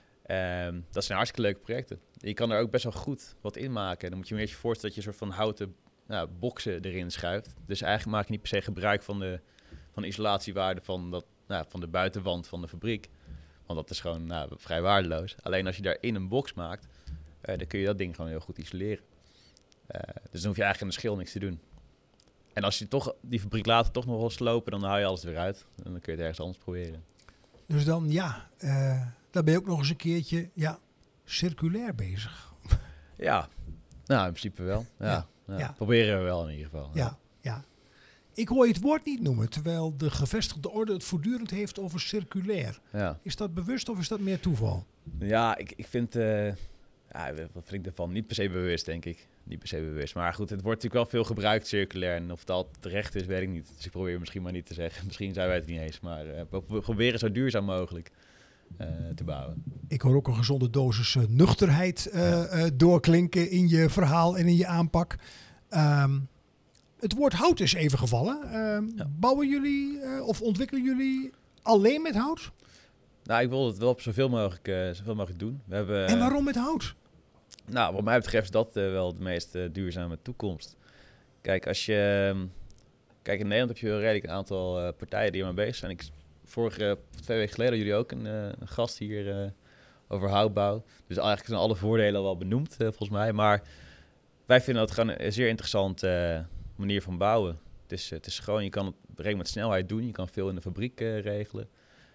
Um, dat zijn hartstikke leuke projecten. Je kan er ook best wel goed wat in maken. Dan moet je me eerst je voorstellen dat je een soort van houten nou, boksen erin schuift. Dus eigenlijk maak je niet per se gebruik van de, van de isolatiewaarde van, dat, nou, van de buitenwand van de fabriek. Want dat is gewoon nou, vrij waardeloos. Alleen als je daarin een box maakt, uh, dan kun je dat ding gewoon heel goed isoleren. Uh, dus dan hoef je eigenlijk in de schil niks te doen. En als je toch die fabriek later toch nog wil slopen, dan haal je alles er weer uit. En dan kun je het ergens anders proberen. Dus dan ja, uh, dan ben je ook nog eens een keertje ja, circulair bezig. Ja, nou in principe wel. Ja. Ja. Ja, Ja. Proberen we wel in ieder geval. Ja, ja. Ik hoor je het woord niet noemen, terwijl de gevestigde orde het voortdurend heeft over circulair. Ja, Is dat bewust of is dat meer toeval? ja ik, ik vind, uh, ja, wat vind ik ervan? Niet per se bewust, denk ik. Niet per se bewust. Maar goed, het wordt natuurlijk wel veel gebruikt, circulair. En of het al terecht is, weet ik niet. Dus ik probeer misschien maar niet te zeggen. Misschien zijn wij het niet eens. Maar uh, we proberen zo duurzaam mogelijk uh, te bouwen. Ik hoor ook een gezonde dosis uh, nuchterheid uh, ja. uh, doorklinken in je verhaal en in je aanpak. Um, het woord hout is even gevallen. Um, ja. Bouwen jullie uh, of ontwikkelen jullie alleen met hout? Nou, ik wil het wel op zoveel mogelijk, uh, zoveel mogelijk doen. We hebben, en waarom met hout? Nou, wat mij betreft is dat uh, wel de meest uh, duurzame toekomst. Kijk, als je... Um, kijk, in Nederland heb je wel redelijk een aantal uh, partijen die ermee bezig zijn. Ik, vorige, twee weken geleden hadden jullie ook een, uh, een gast hier uh, over houtbouw. Dus eigenlijk zijn alle voordelen al wel benoemd, uh, volgens mij. Maar wij vinden dat gewoon een zeer interessante uh, manier van bouwen. Het is, uh, het is gewoon, je kan het redelijk met snelheid doen. Je kan veel in de fabriek uh, regelen.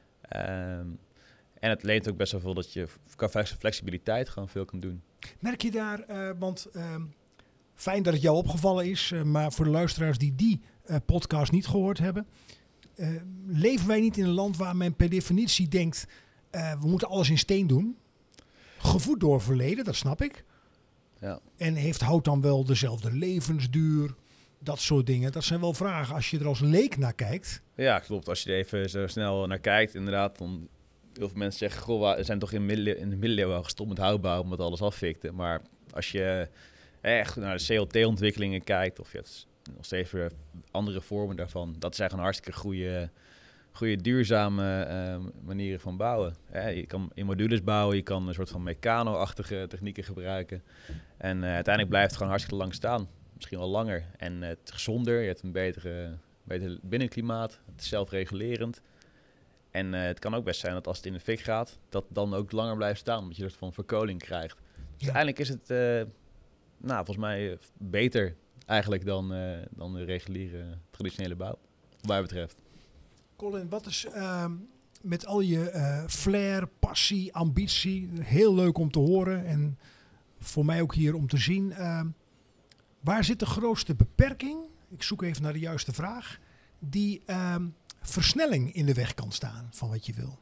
Um, en het leent ook best wel veel dat je qua flexibiliteit gewoon veel kan doen. Merk je daar, uh, want uh, fijn dat het jou opgevallen is, uh, maar voor de luisteraars die die uh, podcast niet gehoord hebben, uh, leven wij niet in een land waar men per definitie denkt, uh, we moeten alles in steen doen? Gevoed door verleden, dat snap ik. Ja. En heeft hout dan wel dezelfde levensduur? Dat soort dingen. Dat zijn wel vragen als je er als leek naar kijkt. Ja, klopt. Als je er even zo snel naar kijkt, inderdaad, dan heel veel mensen zeggen, goh, we zijn toch in, middele- in de middeleeuwen al gestopt met houtbouw omdat alles afvikte. Maar als je echt naar de C L T-ontwikkelingen kijkt, of je hebt nog steeds weer andere vormen daarvan, dat zijn gewoon hartstikke goede, goede duurzame uh, manieren van bouwen. Eh, je kan in modules bouwen, je kan een soort van Meccano-achtige technieken gebruiken. En uh, uiteindelijk blijft het gewoon hartstikke lang staan. Misschien wel langer. En uh, het is gezonder, je hebt een betere, beter binnenklimaat, het is zelfregulerend. En uh, het kan ook best zijn dat als het in de fik gaat, dat dan ook langer blijft staan, omdat je er van verkoling krijgt. Dus ja. Uiteindelijk is het, uh, nou, volgens mij uh, beter eigenlijk dan, uh, dan de reguliere traditionele bouw, wat mij betreft. Colin, wat is uh, met al je uh, flair, passie, ambitie, heel leuk om te horen en voor mij ook hier om te zien. Uh, waar zit de grootste beperking? Ik zoek even naar de juiste vraag. Die uh, versnelling in de weg kan staan van wat je wil.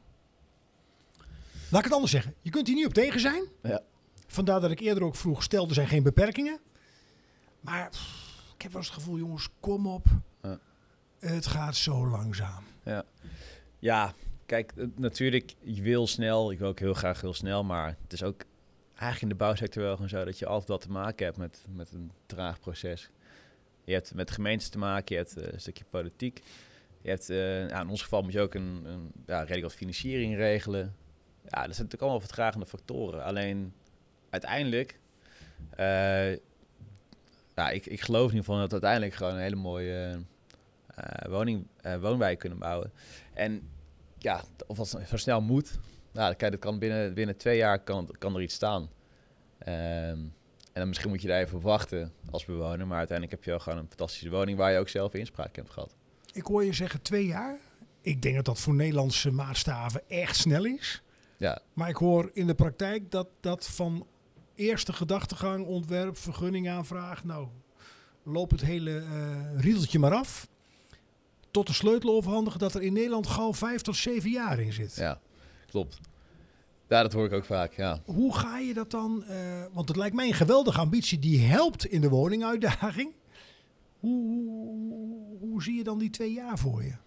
Laat ik het anders zeggen. Je kunt hier niet op tegen zijn. Ja. Vandaar dat ik eerder ook vroeg, stel er zijn geen beperkingen. Maar pff, ik heb wel eens het gevoel, jongens, kom op. Ja. Het gaat zo langzaam. Ja, ja kijk, natuurlijk, je wil snel. Ik wil ook heel graag heel snel. Maar het is ook eigenlijk in de bouwsector wel gewoon zo dat je altijd wat te maken hebt met, met een traag proces. Je hebt met gemeentes te maken, je hebt uh, een stukje politiek. Je hebt, uh, ja, in ons geval moet je ook een, een ja, redelijk wat financiering regelen. Ja, dat zijn natuurlijk allemaal vertragende factoren. Alleen uiteindelijk uh, ja, ik, ik geloof in ieder geval dat we uiteindelijk gewoon een hele mooie uh, woning, uh, woonwijk kunnen bouwen. En ja, of dat zo snel moet, nou, kijk, dat kan binnen, binnen twee jaar kan, kan er iets staan. Um, en dan misschien moet je daar even op wachten als bewoner, maar uiteindelijk heb je wel gewoon een fantastische woning waar je ook zelf inspraak hebt gehad. Ik hoor je zeggen twee jaar. Ik denk dat dat voor Nederlandse maatstaven echt snel is. Ja. Maar ik hoor in de praktijk dat dat van eerste gedachtegang, ontwerp, vergunningaanvraag, nou, loop het hele uh, riedeltje maar af. Tot de sleutel overhandigen dat er in Nederland gauw vijf tot zeven jaar in zit. Ja, klopt. Ja, dat hoor ik ook vaak, ja. Hoe ga je dat dan, uh, want het lijkt mij een geweldige ambitie die helpt in de woninguitdaging. Hoe, hoe, hoe zie je dan die twee jaar voor je?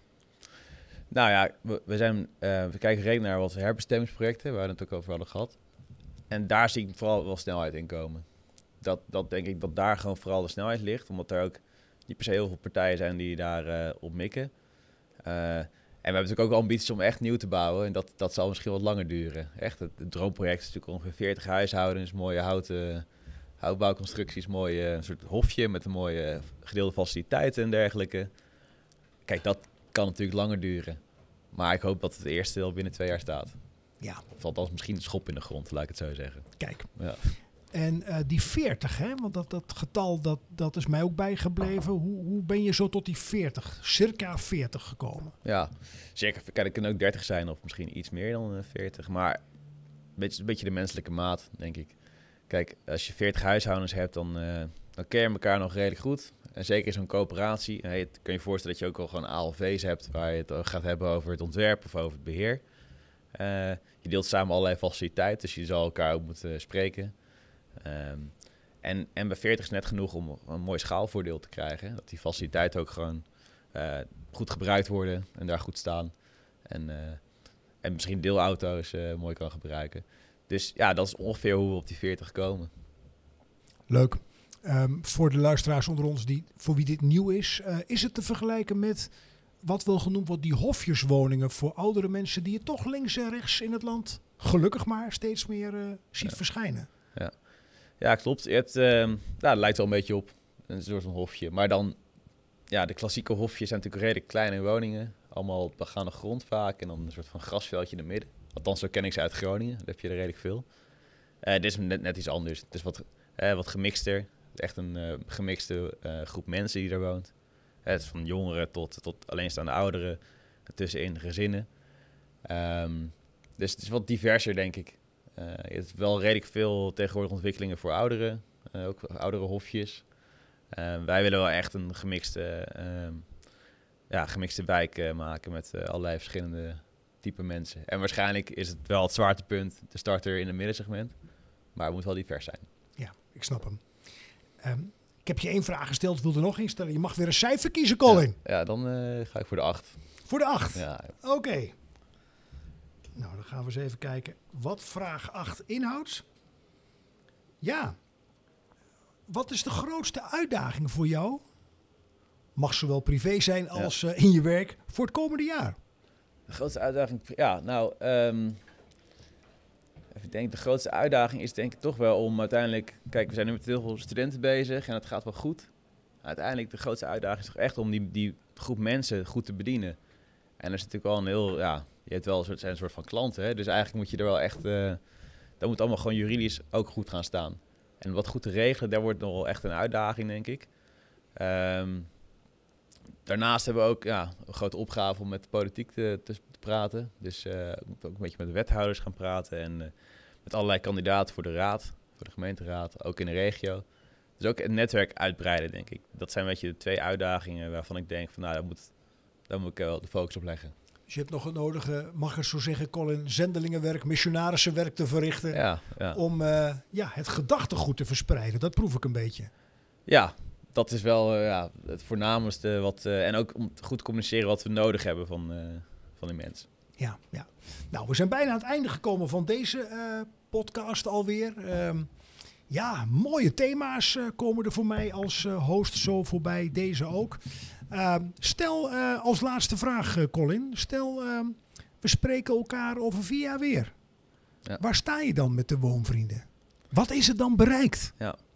Nou ja, we, we, zijn, uh, we kijken redelijk naar wat herbestemmingsprojecten, waar we het ook over hadden gehad. En daar zie ik vooral wel snelheid in komen. Dat, dat denk ik dat daar gewoon vooral de snelheid ligt, omdat er ook niet per se heel veel partijen zijn die daar uh, op mikken. Uh, en we hebben natuurlijk ook wel ambities om echt nieuw te bouwen en dat, dat zal misschien wat langer duren. Echt, het, het droomproject is natuurlijk ongeveer veertig huishoudens, mooie houten houtbouwconstructies, mooie een soort hofje met een mooie gedeelde faciliteiten en dergelijke. Kijk, dat kan natuurlijk langer duren. Maar ik hoop dat het eerste deel binnen twee jaar staat. Ja. Of althans misschien een schop in de grond, laat ik het zo zeggen. Kijk. Ja. En uh, die veertig, hè? Want dat, dat getal, dat, dat is mij ook bijgebleven. Hoe, hoe ben je zo tot die veertig, circa veertig gekomen? Ja, zeker. Kijk, het kunnen ook dertig zijn of misschien iets meer dan uh, veertig. Maar een beetje, een beetje de menselijke maat, denk ik. Kijk, als je veertig huishoudens hebt, dan, uh, dan ken je elkaar nog redelijk goed. En zeker in zo'n coöperatie. Hey, het kan je voorstellen dat je ook al gewoon A L V's hebt waar je het gaat hebben over het ontwerp of over het beheer. Uh, je deelt samen allerlei faciliteiten, dus je zal elkaar ook moeten spreken. Um, en, en bij veertig is net genoeg om een mooi schaalvoordeel te krijgen. Dat die faciliteiten ook gewoon uh, goed gebruikt worden en daar goed staan. En, uh, en misschien deelauto's uh, mooi kan gebruiken. Dus ja, dat is ongeveer hoe we op die veertig komen. Leuk. Um, voor de luisteraars onder ons die, voor wie dit nieuw is, uh, is het te vergelijken met wat wel genoemd wordt die hofjeswoningen voor oudere mensen die je toch links en rechts in het land gelukkig maar steeds meer uh, ziet ja. verschijnen. Ja. Ja, klopt. Het, uh, nou, het lijkt wel een beetje op een soort van hofje. Maar dan, ja, de klassieke hofjes zijn natuurlijk redelijk kleine woningen. Allemaal op begaande grond vaak. En dan een soort van grasveldje in het midden. Althans, zo ken ik ze uit Groningen. Daar heb je er redelijk veel. Uh, dit is net, net iets anders. Het is wat, uh, wat gemixter. Echt een uh, gemixte uh, groep mensen die daar woont. Uh, het is van jongeren tot, tot alleenstaande ouderen. Tussenin gezinnen. Um, dus het is wat diverser, denk ik. Uh, je hebt wel redelijk veel tegenwoordig ontwikkelingen voor ouderen. Uh, ook oudere hofjes. Uh, wij willen wel echt een gemixte, uh, ja, gemixte wijk uh, maken met uh, allerlei verschillende type mensen. En waarschijnlijk is het wel het zwaartepunt, de starter in het middensegment. Maar het moet wel divers zijn. Ja, ik snap hem. Um, ik heb je één vraag gesteld, wilde nog één stellen. Je mag weer een cijfer kiezen, Colin. Ja, ja dan uh, ga ik voor de acht. Voor de acht? Ja. Oké. Okay. Nou, dan gaan we eens even kijken wat vraag acht inhoudt. Ja. Wat is de grootste uitdaging voor jou? Mag zowel privé zijn als ja. uh, in je werk voor het komende jaar. De grootste uitdaging? Ja, nou... Um, even denken, de grootste uitdaging is denk ik toch wel om uiteindelijk... Kijk, we zijn nu met heel veel studenten bezig en het gaat wel goed. Uiteindelijk de grootste uitdaging is toch echt om die, die groep mensen goed te bedienen. En er is natuurlijk wel een heel... ja. Je hebt wel een soort, zijn een soort van klanten, hè? Dus eigenlijk moet je er wel echt... Uh, dat moet allemaal gewoon juridisch ook goed gaan staan. En wat goed te regelen, daar wordt nog wel echt een uitdaging, denk ik. Um, daarnaast hebben we ook ja, een grote opgave om met de politiek te, te, te praten. Dus uh, we moeten ook een beetje met de wethouders gaan praten. En uh, met allerlei kandidaten voor de raad, voor de gemeenteraad, ook in de regio. Dus ook het netwerk uitbreiden, denk ik. Dat zijn een beetje de twee uitdagingen waarvan ik denk van... nou, daar moet, daar moet ik wel de focus op leggen. Dus je hebt nog het nodige, mag ik zo zeggen, Colin, zendelingenwerk, missionarissenwerk te verrichten. Ja, ja. Om uh, ja, het gedachtegoed te verspreiden. Dat proef ik een beetje. Ja, dat is wel uh, ja, het voornaamste. Wat, uh, en ook om goed te communiceren wat we nodig hebben van, uh, van die mensen. Ja, ja. Nou, we zijn bijna aan het einde gekomen van deze uh, podcast alweer. Um, ja, mooie thema's uh, komen er voor mij als uh, host zo voorbij. Deze ook. Uh, stel uh, als laatste vraag, uh, Colin. Stel, uh, we spreken elkaar over vier jaar weer. Ja. Waar sta je dan met de woonvrienden? Wat is er dan bereikt? Ja,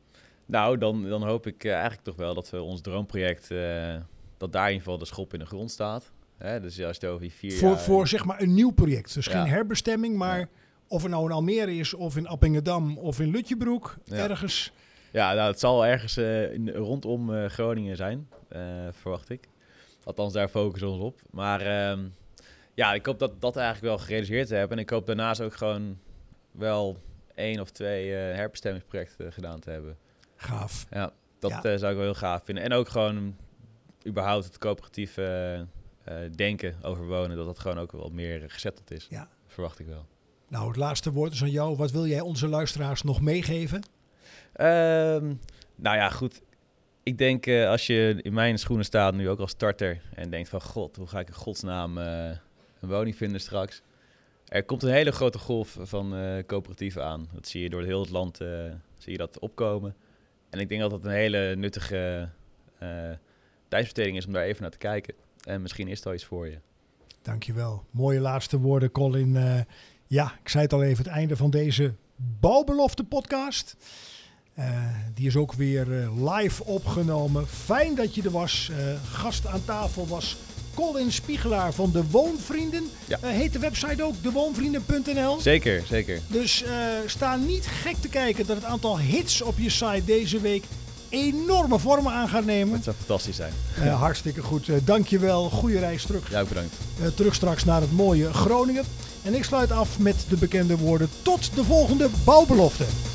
Nou, dan, dan hoop ik uh, eigenlijk toch wel dat we ons droomproject, uh, dat daar in ieder geval de schop in de grond staat. Hè? Dus als je het over die vier voor, jaar... Voor zeg maar een nieuw project. Dus ja. geen herbestemming, maar ja. of het nou in Almere is, of in Appingedam, of in Lutjebroek, ja. ergens. Ja, nou, het zal ergens uh, in, rondom uh, Groningen zijn, uh, verwacht ik. Althans, daar focussen we ons op. Maar uh, ja, ik hoop dat dat eigenlijk wel gerealiseerd te hebben. En ik hoop daarnaast ook gewoon wel één of twee uh, herbestemmingsprojecten gedaan te hebben. Gaaf. Ja, dat ja. Uh, zou ik wel heel gaaf vinden. En ook gewoon überhaupt het coöperatief uh, uh, denken over wonen, dat dat gewoon ook wel meer gezetteld is. Ja. Verwacht ik wel. Nou, het laatste woord is aan jou. Wat wil jij onze luisteraars nog meegeven? Uh, nou ja, goed. Ik denk uh, als je in mijn schoenen staat, nu ook als starter, en denkt van god, hoe ga ik in godsnaam uh, een woning vinden straks? Er komt een hele grote golf van uh, coöperatieven aan. Dat zie je door heel het land uh, zie je dat opkomen. En ik denk dat dat een hele nuttige uh, tijdsbesteding is om daar even naar te kijken. En misschien is het wel iets voor je. Dankjewel. Mooie laatste woorden, Colin. Uh, ja, ik zei het al even, het einde van deze Bouwbelofte podcast. Uh, die is ook weer uh, live opgenomen. Fijn dat je er was. Uh, gast aan tafel was Colin Spiegelaar van De Woonvrienden. Ja. Uh, heet de website ook de woonvrienden punt n l? Zeker, zeker. Dus uh, sta niet gek te kijken dat het aantal hits op je site deze week enorme vormen aan gaat nemen. Dat zou fantastisch zijn. Uh, hartstikke goed. Uh, dankjewel. Goeie reis terug. Ja, bedankt. Uh, terug straks naar het mooie Groningen. En ik sluit af met de bekende woorden. Tot de volgende Bouwbelofte.